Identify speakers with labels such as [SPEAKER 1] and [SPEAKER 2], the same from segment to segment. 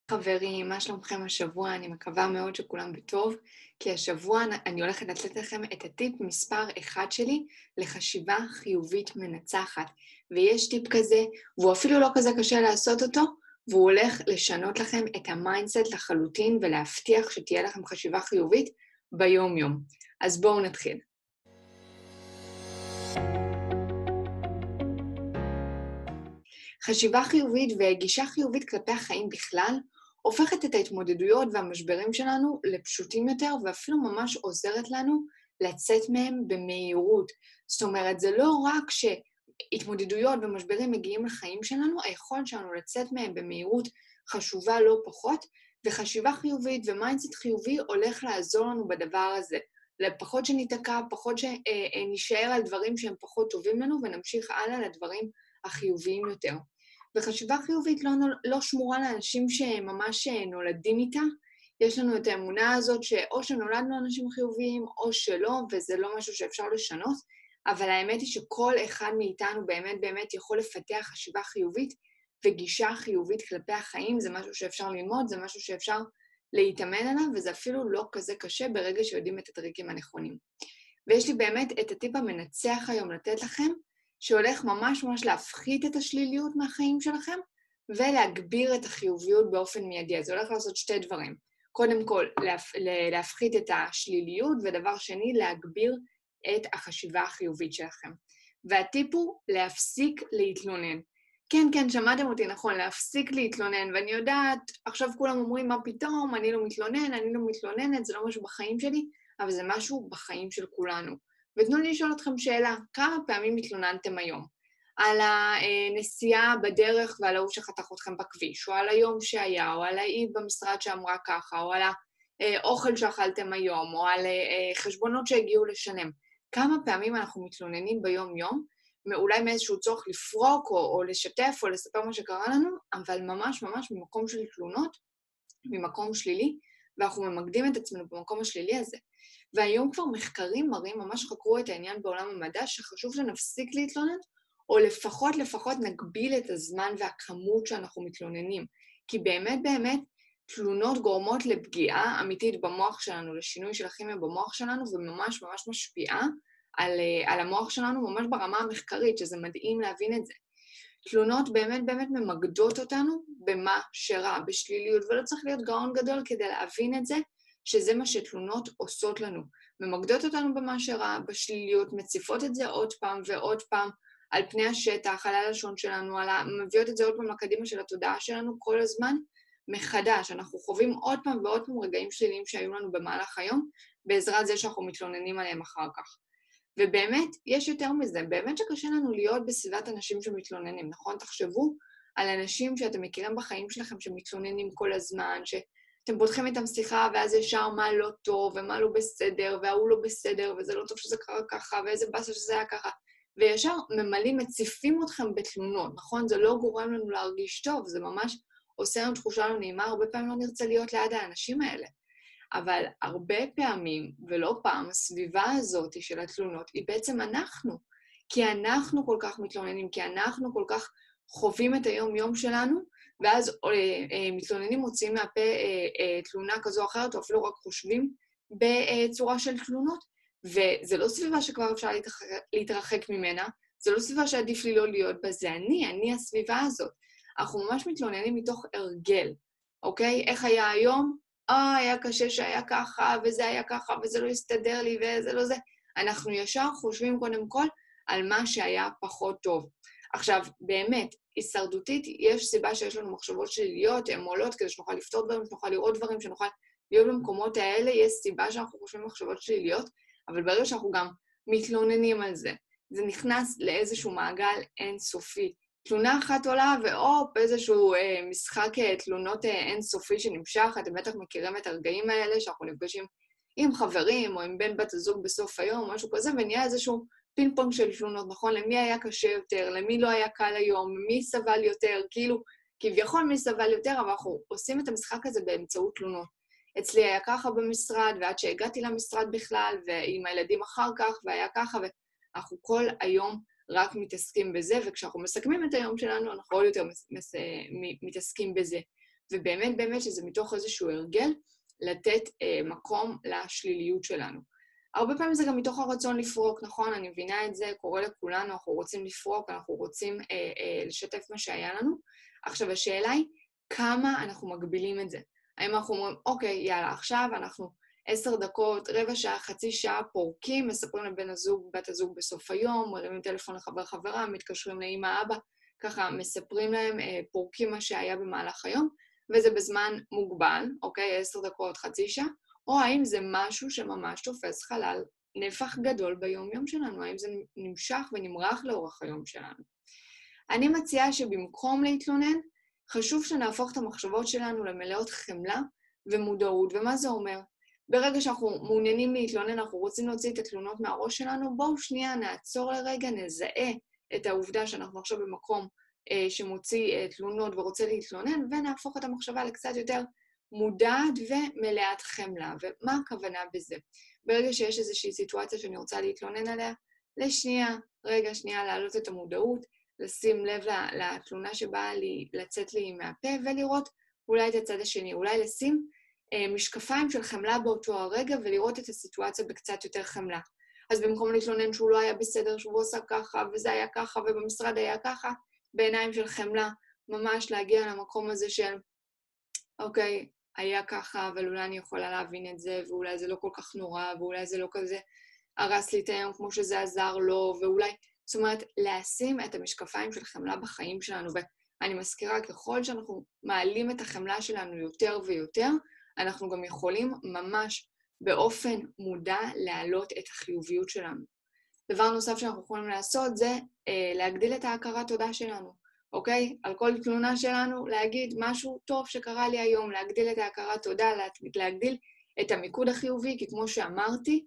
[SPEAKER 1] חברים, מה שלומכם השבוע? אני מקווה מאוד שכולם בטוב, כי השבוע אני הולכת לתת לכם את הטיפ מספר 1 שלי לחשיבה חיובית מנצחת. ויש טיפ כזה, והוא אפילו לא כזה קשה לעשות אותו, והוא הולך לשנות לכם את המיינדסט לחלוטין ולהבטיח שתהיה לכם חשיבה חיובית ביום-יום. אז בואו נתחיל. חשיבה חיובית וגישה חיובית כלפי החיים בכלל הופכת את ההתמודדויות והמשברים שלנו לפשוטים יותר, ואפילו ממש עוזרת לנו לצאת מהם במהירות. זאת אומרת, זה לא רק שהתמודדויות ומשברים מגיעים לחיים שלנו, היכולת שלנו לצאת מהם במהירות חשובה לא פחות, וחשיבה חיובית ומיינדסט חיובי הולך לעזור לנו בדבר הזה. לפחות שניתקע, פחות שנשאר על דברים שהם פחות טובים לנו, ונמשיך הלאה לדברים החיוביים יותר. וחשיבה חיובית לא שמורה לאנשים שממש נולדים איתה. יש לנו את האמונה הזאת שאו שנולדנו אנשים חיוביים או שלא, וזה לא משהו שאפשר לשנות, אבל האמת היא שכל אחד מאיתנו באמת באמת יכול לפתח חשיבה חיובית, וגישה חיובית כלפי החיים זה משהו שאפשר ללמוד, זה משהו שאפשר להתאמן עליו, וזה אפילו לא כזה קשה ברגע שיודעים את הטריקים הנכונים. ויש לי באמת את הטיפ המנצח היום לתת לכם, שהולך ממש ממש להפחית את השליליות מהחיים שלכם, ולהגביר את החיוביות באופן מיידי. אז זה הולך לעשות שתי דברים. קודם כל, להפחית את השליליות, ודבר שני, להגביר את החשיבה החיובית שלכם. והטיפ הוא להפסיק להתלונן. כן, כן, שמעתם אותי נכון, להפסיק להתלונן, ואני יודעת, עכשיו כולם אומרים מה פתאום, אני לא מתלונן, אני לא מתלוננת, זה לא משהו בחיים שלי, אבל זה משהו בחיים של כולנו. ותנו לי לשאול אתכם שאלה, כמה פעמים התלוננתם היום? על הנסיעה בדרך ועל ההוא שחתך אתכם בכביש, או על היום שהיה, או על האי במשרד שאמרה ככה, או על האוכל שאכלתם היום, או על חשבונות שהגיעו לשלם. כמה פעמים אנחנו מתלוננים ביום-יום, אולי מאיזשהו צורך לפרוק, או לשתף, או לספר מה שקרה לנו, אבל ממש ממש ממקום של תלונות, ממקום שלילי, ואנחנו ממקדים את עצמנו במקום השלילי הזה. והיום כבר מחקרים מראים, ממש חקרו את העניין בעולם המדע, שחשוב שנפסיק להתלונן, או לפחות נגביל את הזמן והכמות שאנחנו מתלוננים. כי באמת באמת תלונות גורמות לפגיעה אמיתית במוח שלנו, לשינוי של הכימיה במוח שלנו, וממש ממש משפיעה על המוח שלנו, ממש ברמה המחקרית, שזה מדהים להבין את זה. תלונות באמת באמת ממקדות אותנו במה שרע, בשליליות, ולא צריך להיות גאון גדול כדי להבין את זה, שזה מה שתלונות עושות לנו. ממקדות אותנו במה שרע, בשליליות, מציפות את זה עוד פעם ועוד פעם, על פני השטח, על הלשון שלנו, מביאות את זה עוד פעם לקדימה של התודעה שלנו כל הזמן, מחדש. אנחנו חווים עוד פעם ועוד פעם רגעים שליליים שהיו לנו במהלך היום, בעזרת זה שאנחנו מתלוננים עליהם אחר כך. ובאמת, יש יותר מזה, באמת שקשה לנו להיות בסביבת אנשים שמתלוננים, נכון? תחשבו על אנשים שאתם מכירים בחיים שלכם שמתלוננים כל הזמן, שאתם פותחים איתם שיחה ואז ישר מה לא טוב ומה לא בסדר, והוא לא בסדר, וזה לא טוב שזה קרה ככה, ואיזה באסה שזה היה ככה, וישר ממלאים, מציפים אתכם בתלונות, נכון? זה לא גורם לנו להרגיש טוב, זה ממש עושה לנו תחושה לא נעימה, הרבה פעמים לא נרצה להיות ליד האנשים האלה. אבל הרבה פעמים, ולא פעם, הסביבה הזאת של התלונות היא בעצם אנחנו. כי אנחנו כל כך מתלוננים, כי אנחנו כל כך חווים את היום-יום שלנו, ואז מתלוננים מוציאים מהפה תלונה כזו או אחרת, או אפילו רק חושבים בצורה של תלונות. וזה לא סביבה שכבר אפשר להתרחק ממנה, זה לא סביבה שעדיף לי לא להיות בה, זה אני הסביבה הזאת. אנחנו ממש מתלוננים מתוך הרגל, אוקיי? איך היה היום? היה קשה שהיה ככה, וזה היה ככה, וזה לא הסתדר לי, וזה לא זה. אנחנו ישר חושבים קודם כל על מה שהיה פחות טוב. עכשיו, באמת, הישרדותית, יש סיבה שיש לנו מחשבות שליליות, הן עולות, כדי שנוכל לפתור דברים, שנוכל לראות דברים, שנוכל להיות במקומות האלה, יש סיבה שאנחנו חושבים מחשבות שליליות, אבל ברגע שאנחנו גם מתלוננים על זה, זה נכנס לאיזשהו מעגל אינסופי. תלונה אחת עולה, ואופ, איזשהו משחק תלונות אינסופי שנמשך, אתם בטח מכירים את הרגעים האלה, שאנחנו נפגשים עם חברים, או עם בן בת הזוג בסוף היום, משהו כזה, ונהיה איזשהו פינג-פונג של תלונות, נכון? למי היה קשה יותר, למי לא היה קל היום, מי סבל יותר, כאילו, כביכול מי סבל יותר, אבל אנחנו עושים את המשחק הזה באמצעות תלונות. אצלי היה ככה במשרד, ועד שהגעתי למשרד בכלל, ועם הילדים אחר כך, והיה ככה, ואנחנו כל היום רק מתעסקים בזה, וכשאנחנו מסכמים את היום שלנו, אנחנו עוד יותר מתעסקים בזה. ובאמת באמת שזה מתוך איזשהו הרגל לתת מקום לשליליות שלנו. הרבה פעמים זה גם מתוך הרצון לפרוק, נכון? אני מבינה את זה, קורה לכולנו, אנחנו רוצים לפרוק, אנחנו רוצים לשתף מה שהיה לנו. עכשיו, השאלה היא, כמה אנחנו מגבילים את זה? האם אנחנו אומרים, אוקיי, יאללה, עכשיו אנחנו 10 דקות, רבע שעה, חצי שעה, פורקים, מספרים לבן הזוג, בת הזוג בסוף היום, מרימים טלפון לחבר חברה, מתקשרים לאמא, אבא, ככה מספרים להם, פורקים מה שהיה במהלך היום, וזה בזמן מוגבל, אוקיי, 10 דקות, חצי שעה, או האם זה משהו שממש תופס חלל נפח גדול ביום-יום שלנו, האם זה נמשך ונמרח לאורך היום שלנו. אני מציעה שבמקום להתלונן, חשוב שנהפוך את המחשבות שלנו למלאות חמלה ומודעות. ומה זה אומר? ברגע שאנחנו מעוניינים להתלונן, אנחנו רוצים להוציא את התלונות מהראש שלנו, בואו שנייה נעצור לרגע, נזהה את העובדה שאנחנו עכשיו במקום שמוציא תלונות ורוצה להתלונן, ונהפוך את המחשבה לקצת יותר מודעת ומלאת חמלה. ומה הכוונה בזה? ברגע שיש איזושהי סיטואציה שאני רוצה להתלונן עליה, לשנייה, רגע, שנייה, להעלות את המודעות, לשים לב לתלונה שבאה לי, לצאת לי מהפה, ולראות אולי את הצד השני, אולי לשים משקפיים של חמלה באותו הרגע, ולראות את הסיטואציה בקצת יותר חמלה. אז במקום להתלונן שהוא לא היה בסדר, שהוא עושה ככה, וזה היה ככה, ובמשרד היה ככה, בעיניים של חמלה, ממש להגיע למקום הזה של, אוקיי, היה ככה, אבל אולי אני יכולה להבין את זה, ואולי זה לא כל כך נורא, ואולי זה לא כזה הרס לי את היום כמו שזה עזר לו, ואולי, זאת אומרת, לשים את המשקפיים של חמלה בחיים שלנו, ואני מזכירה, ככל שאנחנו מעלים את החמלה שלנו יותר ויותר, אנחנו גם יכולים ממש באופן מודע להעלות את החיוביות שלנו. דבר נוסף שאנחנו יכולים לעשות זה להגדיל את ההכרת תודה שלנו, אוקיי? על כל תלונה שלנו, להגיד משהו טוב שקרה לי היום, להגדיל את ההכרת תודה, להגדיל את המיקוד החיובי, כי כמו שאמרתי,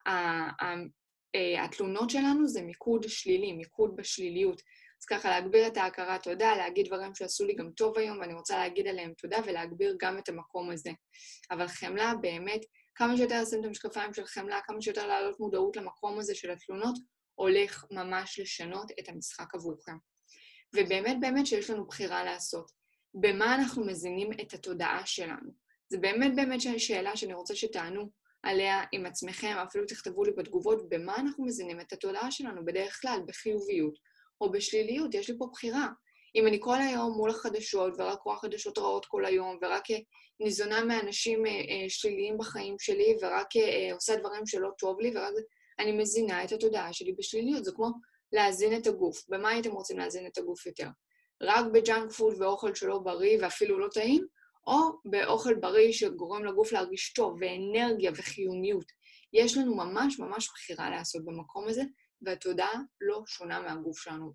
[SPEAKER 1] התלונות שלנו זה מיקוד שלילי, מיקוד בשליליות. אז ככה, להגביר את ההכרת תודה, להגיד דברים שעשו לי גם טוב היום, ואני רוצה להגיד עליהם תודה, ולהגביר גם את המקום הזה. אבל חמלה באמת, כמה שיותר לשים את המשקפיים של חמלה, כמה שיותר להעלות מודעות למקום הזה של התלונות, הולך ממש לשנות את המשחק עבורכם. ובאמת באמת שיש לנו בחירה לעשות. במה אנחנו מזינים את התודעה שלנו? זה באמת באמת שאלה שאני רוצה שתענו עליה עם עצמכם, אפילו תכתבו לי בתגובות, במה אנחנו מזינים את התודעה שלנו בדרך כלל, בחיוביות או בשליליות. יש לי פה בחירה. אם אני כל היום מול החדשות ורק רואה חדשות רעות כל היום, ורק ניזונה מאנשים שליליים בחיים שלי, ורק עושה דברים שלא טוב לי, ורק אני מזינה את התודעה שלי בשליליות. זה כמו להזין את הגוף. במה הייתם רוצים להזין את הגוף יותר? רק בג'אנק פוד ואוכל שלא בריא ואפילו לא טעים, או באוכל בריא שגורם לגוף להרגיש טוב ואנרגיה וחיוניות. יש לנו ממש ממש בחירה לעשות במקום הזה, והתודעה לא שונה מהגוף שלנו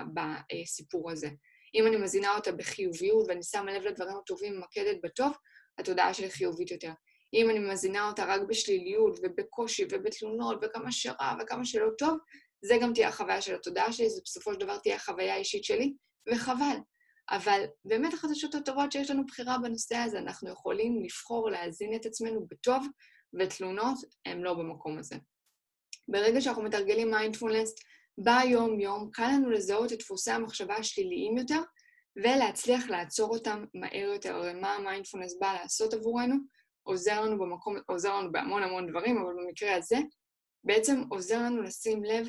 [SPEAKER 1] בסיפור הזה. אם אני מזינה אותה בחיוביות ואני שמה לב לדברים הטובים ומקדת בטוב, התודעה שלי חיובית יותר. אם אני מזינה אותה רק בשליליות ובקושי ובתלונות וכמה שרע וכמה שלא טוב, זה גם תהיה החוויה של התודעה שלי, זה בסופו של דבר תהיה החוויה האישית שלי, וחבל. אבל באמת החדשות הטובות שיש לנו בחירה בנושא הזה, אנחנו יכולים לבחור להזין את עצמנו בטוב, ותלונות הם לא במקום הזה. ברגע שאנחנו מתרגלים מיינדפולנס ביום-יום, קל לנו לזהות את דפוסי המחשבה השליליים יותר, ולהצליח לעצור אותם מהר יותר. הרי מה המיינדפולנס בא לעשות עבורנו? עוזר לנו בהמון המון דברים, אבל במקרה הזה, בעצם עוזר לנו לשים לב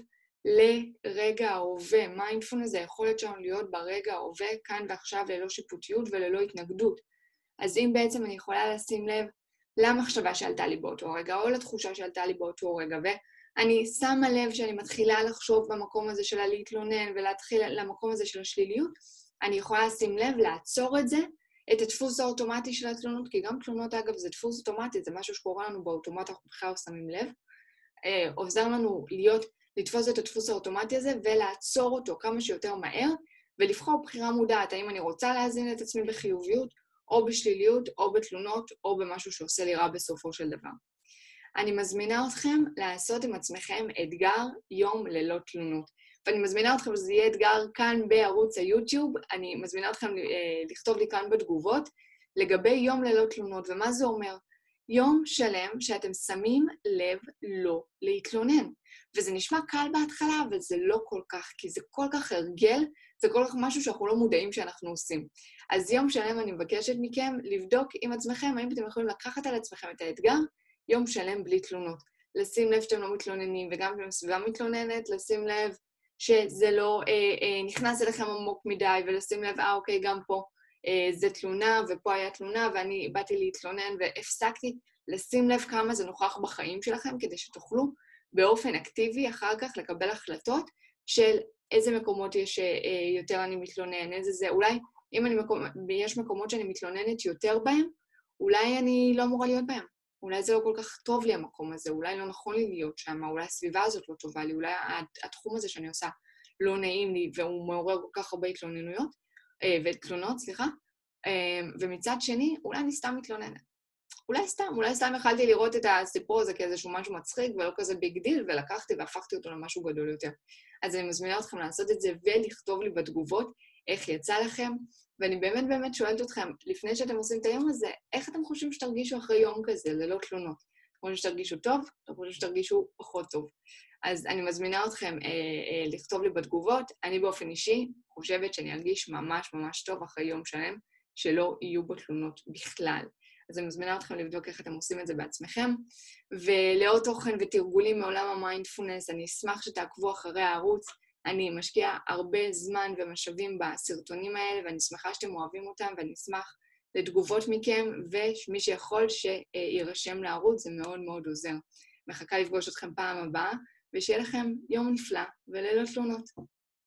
[SPEAKER 1] לרגע ההווה. מיינדפולנס זה היכולת שלנו להיות ברגע ההווה, כאן ועכשיו, ללא שיפוטיות וללא התנגדות. אז אם בעצם אני יכולה לשים לב למחשבה שעלתה לי באותו רגע, או לתחושה שעלתה לי באותו רגע, ואני שמה לב שאני מתחילה לחשוב במקום הזה של להתלונן, ולהתחיל למקום הזה של השליליות, אני יכולה לשים לב, לעצור את זה, את הדפוס האוטומטי של התלונות, כי גם תלונות, אגב, זה דפוס אוטומטי, זה משהו שקורה לנו באוטומט, אנחנו בכלל לא שמים לב. עוזר לנו לתפוס את הדפוס האוטומטי הזה ולעצור אותו כמה שיותר מהר, ולבחור בחירה מודעת, האם אני רוצה להזין את עצמי בחיוביות, או בשליליות, או בתלונות, או במשהו שעושה לי רע בסופו של דבר. אני מזמינה אתכם לעשות עם עצמכם אתגר יום ללא תלונות. ואני מזמינה אתכם שזה יהיה אתגר כאן בערוץ היוטיוב, אני מזמינה אתכם לכתוב לי כאן בתגובות, לגבי יום ללא תלונות. ומה זה אומר? יום שלם שאתם שמים לב לא להתלונן. וזה נשמע קל בהתחלה, אבל זה לא כל כך, כי זה כל כך הרגל, זה כל כך משהו שאנחנו לא מודעים שאנחנו עושים. אז יום שלם אני מבקשת מכם לבדוק עם עצמכם, האם אתם יכולים לקחת על עצמכם את האתגר, יום שלם בלי תלונות. לשים לב שאתם לא מתלוננים, וגם אם הסביבה מתלוננת, לשים לב שזה לא נכנס אליכם עמוק מדי, ולשים לב, אוקיי, גם פה זה תלונה, ופה היה תלונה, ואני באתי להתלונן והפסקתי, לשים לב כמה זה נוכח בחיים שלכם, כדי שתוכלו באופן אקטיבי אחר כך לקבל החלטות של איזה מקומות יש יותר אני מתלונן, איזה זה, אולי אם יש מקומות שאני מתלוננת יותר בהם, אולי אני לא אמורה להיות בהם. אולי זה לא כל כך טוב לי המקום הזה, אולי לא נכון לי להיות שם, אולי הסביבה הזאת לא טובה לי, אולי התחום הזה שאני עושה לא נעים לי, והוא מעורר כל כך הרבה התלוננויות, ותלונות, סליחה, ומצד שני, אולי אני סתם מתלוננת. אולי סתם יכלתי לראות את הסיפור הזה כאיזשהו משהו מצחיק ולא כזה ביג דיל, ולקחתי והפכתי אותו למשהו גדול יותר. אז אני מזמינה אתכם לעשות את זה ולכתוב לי בתגובות איך יצא לכם, ואני באמת באמת שואלת אתכם, לפני שאתם עושים את היום הזה, איך אתם חושבים שתרגישו אחרי יום כזה, ללא תלונות? אתם חושבים שתרגישו טוב, אתם חושבים שתרגישו פחות טוב. אז אני מזמינה אתכם לכתוב לי בתגובות, אני באופן אישי חושבת שאני ארגיש ממש ממש טוב אחרי יום שלם, שלא יהיו בו תלונות בכלל. אז אני מזמינה אתכם לבדוק איך אתם עושים את זה בעצמכם, ולעוד תוכן ותרגולים מעולם המיינדפולנס, אני אשמח שתעקבו אחרי הערוץ, אני משקיעה הרבה זמן ומשאבים בסרטונים האלה, ואני שמחה שאתם אוהבים אותם, ואני אשמח לתגובות מכם, ומי שיכול שירשם לערוץ, זה מאוד מאוד עוזר. מחכה לפגוש אתכם פעם הבאה, ושיהיה לכם יום נפלא וללא תלונות.